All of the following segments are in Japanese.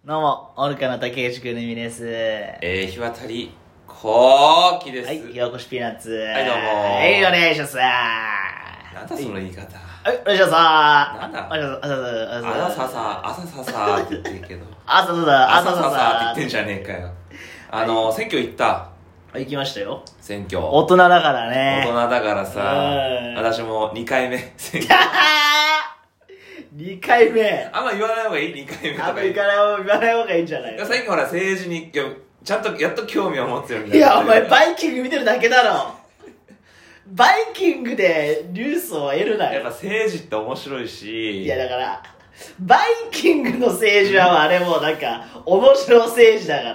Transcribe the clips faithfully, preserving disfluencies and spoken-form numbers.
どうも、オルカの竹内くるみです。 えー、日渡り、こうきです。 はい、ひよこしピーナッツ。 はいどうもはい、お願いします。 なんだその言い方。 はい、お願いします。 なんだお願いします。 朝ささ、朝ささって言ってるけど。 朝ささ、 朝ささって言ってんじゃねえかよ。あの、選挙行った。 行きましたよ。 選挙。 大人だからね。 大人だからさ、私もにかいめ選挙。 にかいめ。 あんま言わない方がいい ?に 回目とか。 あんま言わない方がいいんじゃないの？ 最近ほら政治に、ちゃんとやっと興味を持つようになって。いや、お前バイキング見てるだけだろ。バイキングでニュースを得るなよ。 やっぱ政治って面白いし。 いやだから、バイキングの政治はあれもなんか、面白政治だから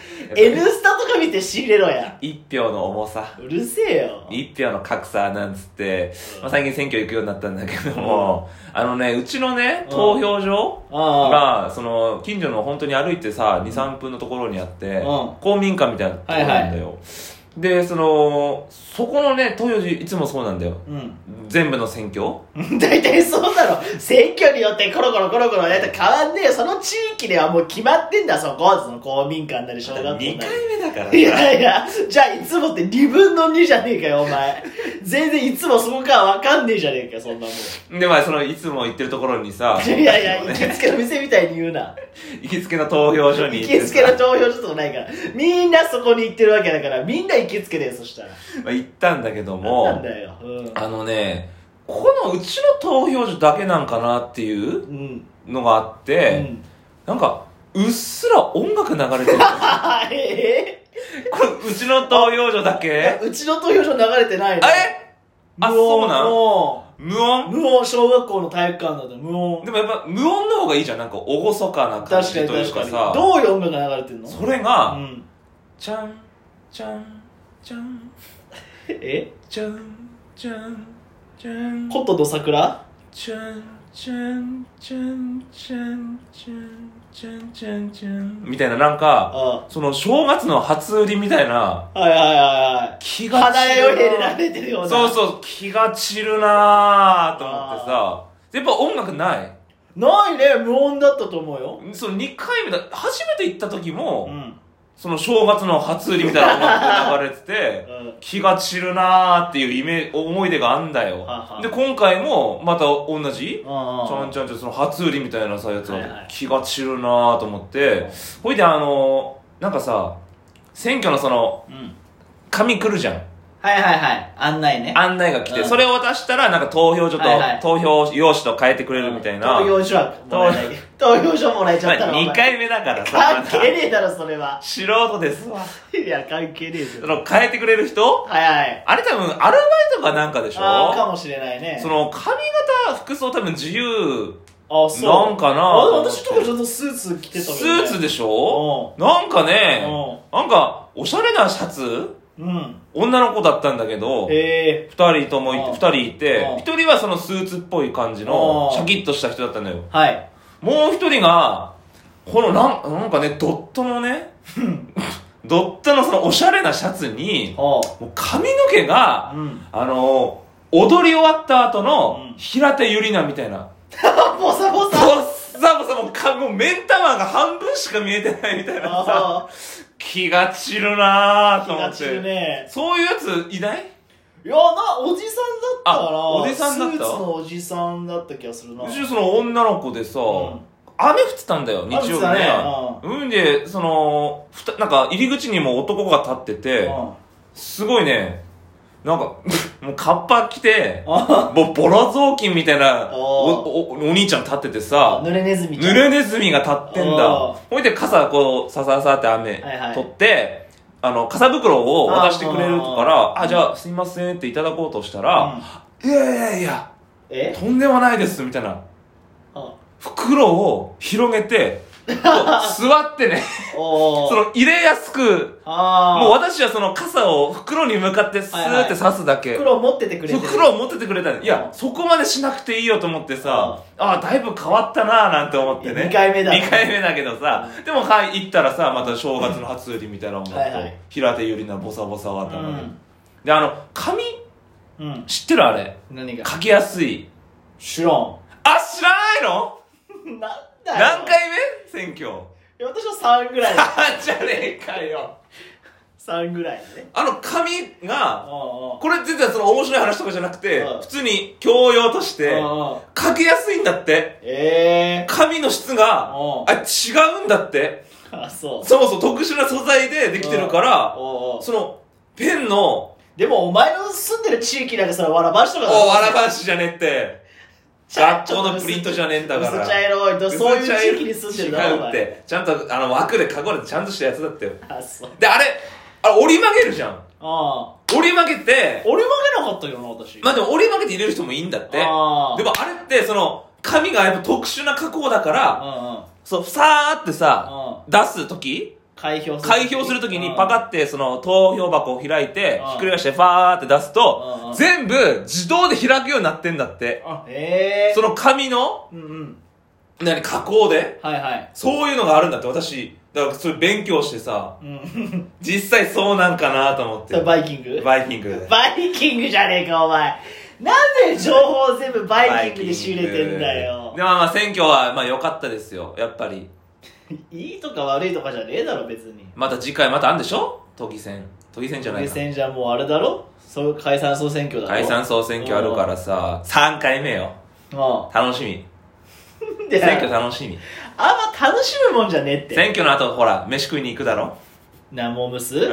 。N スタとか見て仕入れろや。 一票の重さ。 うるせえよ。 一票の格差なんつって、うんまあ、最近選挙行くようになったんだけども、うん、あのね、うちのね、投票所が、その、近所の本当に歩いてさ、に、さんぷんのところにあって、うん、公民館みたいなところなんだよ。はいはい、で、その、そこのね、投票所いつもそうなんだよ。うん、全部の選挙大体そうだろ。選挙によってコロコロコロコロやったら変わんねえよ。その地域ではもう決まってんだ、そこ。その公民館なり小学校なり。 にかいめだからさ。 いやいや、じゃあいつもってにぶんのにじゃねえかよ、お前。全然いつもそこかわかんねえじゃねえか、そんなもん。 で、まあ、その、いつも行ってるところにさ。 いやいや、行きつけの店みたいに言うな。 行きつけの投票所に行って。行きつけの投票所とかないから。みんなそこに行ってるわけだから、みんな行きつけだよ、そしたら。 まあ、行ったんだけども。 なんだよ。うん、 あのね、このうちの投票所だけなんかなっていうのがあって、うん、なんか、うっすら音楽流れてる。えー、これ、うちの投票所だけ？ うちの投票所流れてないの。 えあ、そうなん？無音無音、小学校の体育館だと無音。 でもやっぱ無音の方がいいじゃん。なんか厳かな感じというかさ。 どういう音楽が流れてんの？ それが、うん、ちゃん、ちゃん、ちゃん。 えちゃん、ちゃん、ちゃん。 コットと桜？ ちゃん、ちゃん、ちゃん、ちゃん、ちゃん、ちゃん、ちゃん、ちゃん。みたいな、なんか、ああその正月の初売りみたいな。 はいはいはいはい。 気が散る。 花よりられてるような。 そうそう、気が散るなぁと思ってさ。やっぱ音楽ないないね、無音だったと思うよ。 そのにかいめだ、初めて行った時も、うん、その正月の初売りみたいな音楽が流れてて、うん、気が散るなーっていうイメ思い出があんだよ。ははで、今回もまた同じ、ちゃんちゃんちゃんその初売りみたいなさ、やつが、はいはい、気が散るなーと思って、ほいであのー、なんかさ、選挙のその、うん、紙来るじゃん。 はいはいはい。案内ね。 案内が来て、うん、それを渡したら、なんか投票所と、はいはい、投票用紙と変えてくれるみたいな。 投票所はもらえない。投票所もらえちゃったら。 にかいめだからさ。 関係ねえだろ、それは。 素人ですわ。 いや、関係ねえその、変えてくれる人はいはい。 あれ多分、アルバイトかなんかでしょああ、かもしれないね。 その、髪型、服装多分自由。 あ、そう。 なんかなあ、私とかちょっとスーツ着てたもんね。 スーツでしょなんかね、なんか、おしゃれなシャツうん、女の子だったんだけど、二人ともいて、二人いて、一人はそのスーツっぽい感じの、シャキッとした人だったんだよ。はい。もう一人が、このなん、なんかね、ドットのね、ドットのそのおしゃれなシャツに、もう髪の毛が、うん、あの、踊り終わった後の、平手ゆりなみたいな。 ボサボサボサボサもうか、もう目ん玉が半分しか見えてないみたいなさ。気が散るなぁと思って。気が散るね。そういうやついない？ いや、な、おじさんだったから。 おじさんだった？ スーツのおじさんだった気がするな。 うちその女の子でさ、うん、雨降ってたんだよ、日曜日ね。うんで、その、ふた、なんか入り口にも男が立ってて、うん、すごいね、なんか、もうカッパ着て、もうボロ雑巾みたいなおお、お兄ちゃん立っててさ、 濡れネズミ濡れネズミが立ってんだ。ほいで傘こう、さささって雨取って、あの、傘袋を渡してくれるから、あ、じゃあすいませんっていただこうとしたら、いやいやいや、えとんでもないです、みたいな。袋を広げて、座ってねその入れやすく、もう私はその傘を袋に向かってスーって刺すだけ。 はいはい、袋を持っててくれてる。 袋を持っててくれた。いや、そこまでしなくていいよと思ってさ、ああ、だいぶ変わったなーなんて思ってね。 にかいめだ、ね。 にかいめだけどさ、でもはい、行ったらさ、また正月の初売りみたいな音楽と、はいはい、平手ゆりなボサボサ頭で、うん。で、あの、紙、うん、知ってるあれ。 何が？ 書きやすい。 知らん。 あ、知らないの？ なんだよ。 何回目？選挙。 い私はさんぐらいだ。 さんじゃねえかよ。 さんぐらいだね。 あの紙が、これ全然その面白い話とかじゃなくて、普通に教養として、書きやすいんだって。えー、紙の質が、あ、違うんだって。 あ、そう。 そうそう、特殊な素材でできてるから、その、ペンの、 でもお前の住んでる地域なんかそれわらばしとかだろ。お、わらばしじゃねえって。学校のプリントじゃねえんだから。 薄茶色い、そういう地域に住んでるだろ。 違うって。ちゃんと、あの、枠で囲われてちゃんとしたやつだってよ。 あ、そう。 で、あれ、あれ折り曲げるじゃん。ああ。 折り曲げて。 折り曲げなかったよな、私。 まあでも折り曲げて入れる人もいいんだって。ああ。でもあれって、その、紙がやっぱ特殊な加工だから、うんうん、そう、さーってさ、出すとき開票する。 開票するときにパカって、その、投票箱を開いて、ひっくり返してファーって出すと、全部自動で開くようになってんだって。へー。その紙の、うんうん。何、加工で。はいはい。そういうのがあるんだって、私。だからそれ勉強してさ、うん、実際そうなんかなと思って。 バイキングバイキング。 バイキングじゃねえか、お前。なんで情報全部バイキングで仕入れてんだよ。 でもまあ選挙はまあ良かったですよ、やっぱり。 いいとか悪いとかじゃねえだろ、別に。 また次回またあるんでしょ都議選。都議選じゃないか。 都議選じゃもうあれだろそう解散総選挙だろ解散総選挙あるからさ、さんかいめよ。楽しみ。選挙楽しみ。 あんま楽しむもんじゃねえって。 選挙の後ほら飯食いに行くだろ。 ナモムス、うん、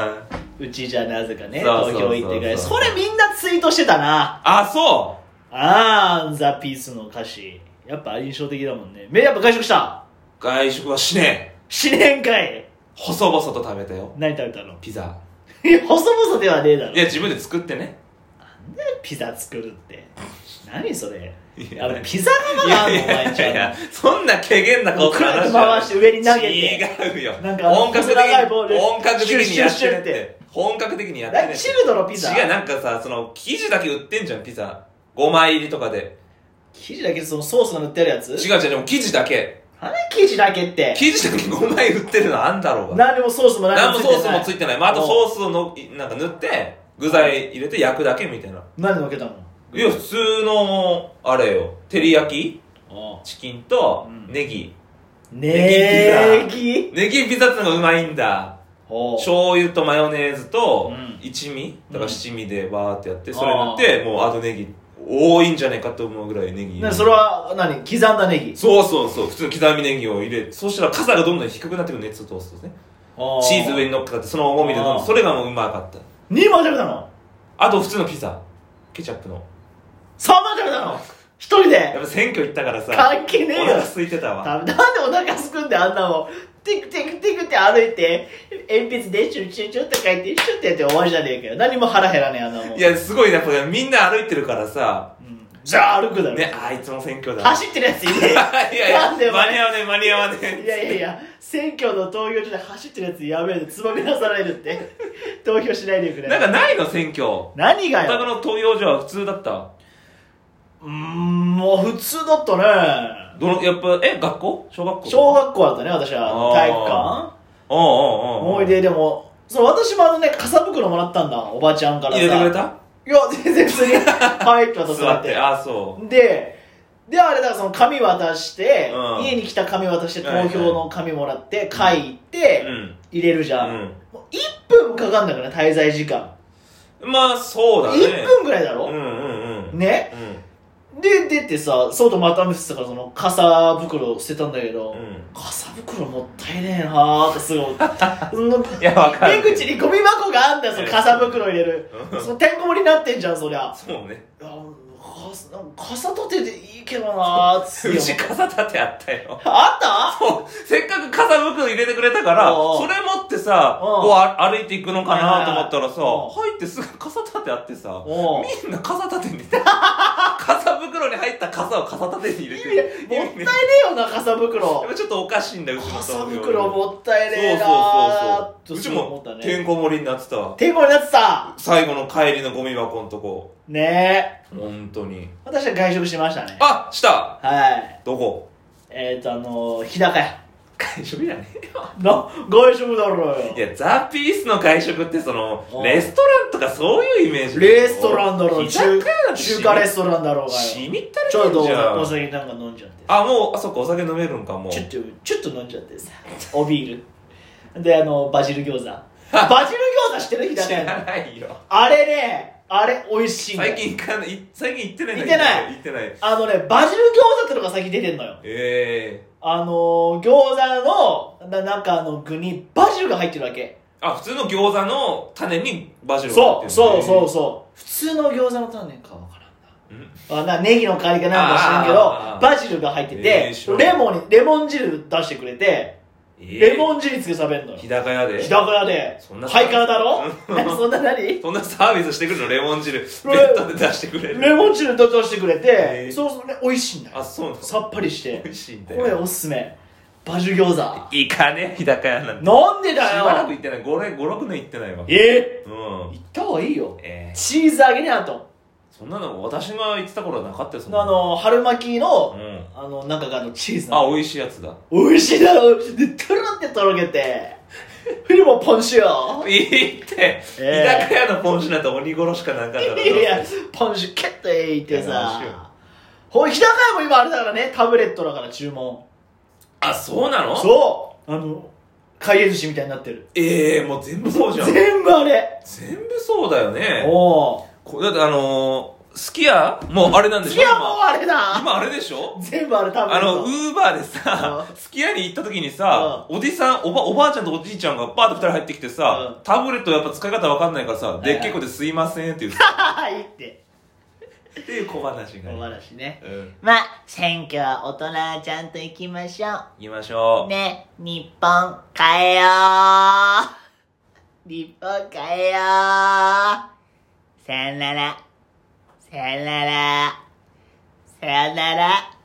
うちじゃなぜかね、投票行ってから。それみんなツイートしてたな。 あ、そう。 あー、ザ・ピースの歌詞やっぱ印象的だもんね。めやっぱ外食した？ 外食はしねえ。 しねえんかい。 細々と食べたよ。 何食べたの？ ピザ。 いや細々ではねえだろ。 いや自分で作ってね。 なんでピザ作るって何それ。あれピザ窯があるのお前ちゃん。いやそんな軽減な顔する話回して上に投げて違うよ。 なんか本格的に本格的にやってって本格的にやってね。 チルドのピザ。 違う、なんかさ、その生地だけ売ってんじゃんピザごまい入りとかで。 生地だけそのソースが塗ってあるやつ？ 違う違う、でも生地だけ。 何生地だけって。 生地だけごまい売ってるのあんだろうが。 何もソースも何もついてない。 何もソースもついてない。まあ、あとソースをのなんか塗って具材入れて焼くだけみたいな。 何のっけたの？ いや普通のあれよ、照り焼きチキンとネギ、 うん、ネギネギピザってのがうまいんだ。醤油とマヨネーズと一味、だから七味でバーってやってそれ塗ってもうあとネギ多いんじゃねえかと思うぐらいネギ。 それは何？刻んだネギ？ そうそうそう、普通の刻みネギを入れ、そうしたら傘がどんどん低くなってくる、熱を通すとね。チーズ上に乗っかってその重みで飲む。それがもううまかった。 にまい食べたの？あと普通のピザケチャップのさんまい食べたの？一人で？ やっぱ選挙行ったからさ、 関係ねえよ。 お腹空いてたわ。 なんでお腹すくんであんなもんテクテクテクって歩いて鉛筆でチュチュチュって書いてシュってやって終わりじゃねえかよ。何も腹減らねえあんなもん。 いやすごいやっぱみんな歩いてるからさ、 うん、じゃあ歩くだろね。あいつも選挙だ走ってるやついねえ。いやいや間に合わねえ間に合わねえ。 いやいやいや選挙の投票所で走ってるやつやべえでつまみなされるって投票しないでくれ。 なんかないの選挙？ 何がよ。 お宅の投票所は普通だった？ うーん、もう普通だったね。 どのやっぱえ学校？小学校？ 小学校だったね私は。体育館。ああ思い出でもそう私もあのね傘袋もらったんだおばちゃんからさ。 入れてくれた？ いや全然普通にはいって渡されて。 ああそうでであれだからその紙渡して、うん、家に来た紙渡して投票の紙もらって書いて、うん、入れるじゃん、うん、もういっぷんもかかんだから滞在時間。 まあそうだね。 いっぷんぐらいだろ。 うんうんうんね、うん、で出てさ外また見せてたからその傘袋捨てたんだけど、うん、傘袋もったいねえなーってすごいいやわかる。出口にゴミ箱があんだよその傘袋入れるそのてんこ盛りになってんじゃんそりゃ。 そうね。 いや傘立てでいいけどなーってうち傘立てあったよ。 あった？ そうせっかく傘袋入れてくれたからそれ持ってさこう歩いていくのかなと思ったらさ入ってすぐ傘立てあってさみんな傘立てに傘袋に入った傘を傘立てに入れてる。 もったいねえよな傘袋。 ちょっとおかしいんだようちの傘袋もったいねえなー。そうそうそうそう。うちもてんこ盛りになってたわ。 てんこ盛りになってた。 最後の帰りのゴミ箱のとこねえ本当に。 私は外食しましたね。 あした。 はい。 どこ？ えっとあの日高屋。 外食じゃねえよ。 な、外食だろうよ。 いや、ザ・ピースの外食ってその、レストランとかそういうイメージ。 レストランだろう、 中中華レストランだろうがよ。 しみったれちょっとてんじゃん。 お酒なんか飲んじゃって。 あ、もう、あ、そっか、お酒飲めるんか、もう。 ちょっと、ちょっと飲んじゃってさ。おビール。で、あの、バジル餃子。バジル餃子知ってる？ 知らないよ。 あれね、あれ美味しいんだよ。 最近行かない、最近行ってないんだけど。行ってない。 行ってない。 あのね、バジル餃子ってのが最近出てんのよ。 ええー。 あのー、餃子のな中の具にバジルが入ってるわけ。 あ、普通の餃子の種にバジルが入ってる。 そうそうそうそう。普通の餃子の種かわからんな。あなネギの代わりかなんか知らんけど、バジルが入ってて、えー、レモンに、レモン汁出してくれて、えー、レモン汁つけて食べんのよ。 日高屋で日高屋で。そんなハイカーだろそんな何そんなサービスしてくるの？レモン汁。ベッドで出してくれる。 レモン汁出してくれて、えー、そうそうね、美味しいんだよ。 あ、そうなの？ さっぱりして。 美味しいんだよ。 これおすすめ。バジル餃子。 行かね日高屋なんて。 なんでだよ。 しばらく行ってない。ご、ろくねん行ってないわ。 えー、 うん。 行った方がいいよ。えー、チーズ揚げねあと。 そんなの私が言ってた頃はなかったよ。そんなあの春巻きの、うん、あの中があのチーズあ、美味しいやつだ。 美味しいだろ。でトロってとろけてフリもポンシュよ。 いいって、えー、日高屋のポンシュなんて鬼殺しかなんかだろ。 いやポンシュケッといってさ、ほい日高屋も今あれだからね、タブレットだから注文。あ、 そうなの？ そうあの海江寿司みたいになってる。 ええー、もう全部そうじゃん。 全部あれ。 全部そうだよね。 おー。 だってあのー、すき家もうあれなんでしょ？ すき家もあれだ。 今あれでしょ？ 全部あれ多分。 あの、ウーバーでさ、すき家に行った時にさ、おじさん、おば、おばあちゃんとおじいちゃんがパーッと二人入ってきてさ、タブレットやっぱ使い方わかんないからさ、でっけえ子ですいませんって言ってた。いいって。 っていう小話が。 小話ね。うん。まあ、選挙は大人ちゃんと行きましょう。 行きましょう。 ね、日本変えよう。日本変えよう。さよなら。さよなら。さよなら。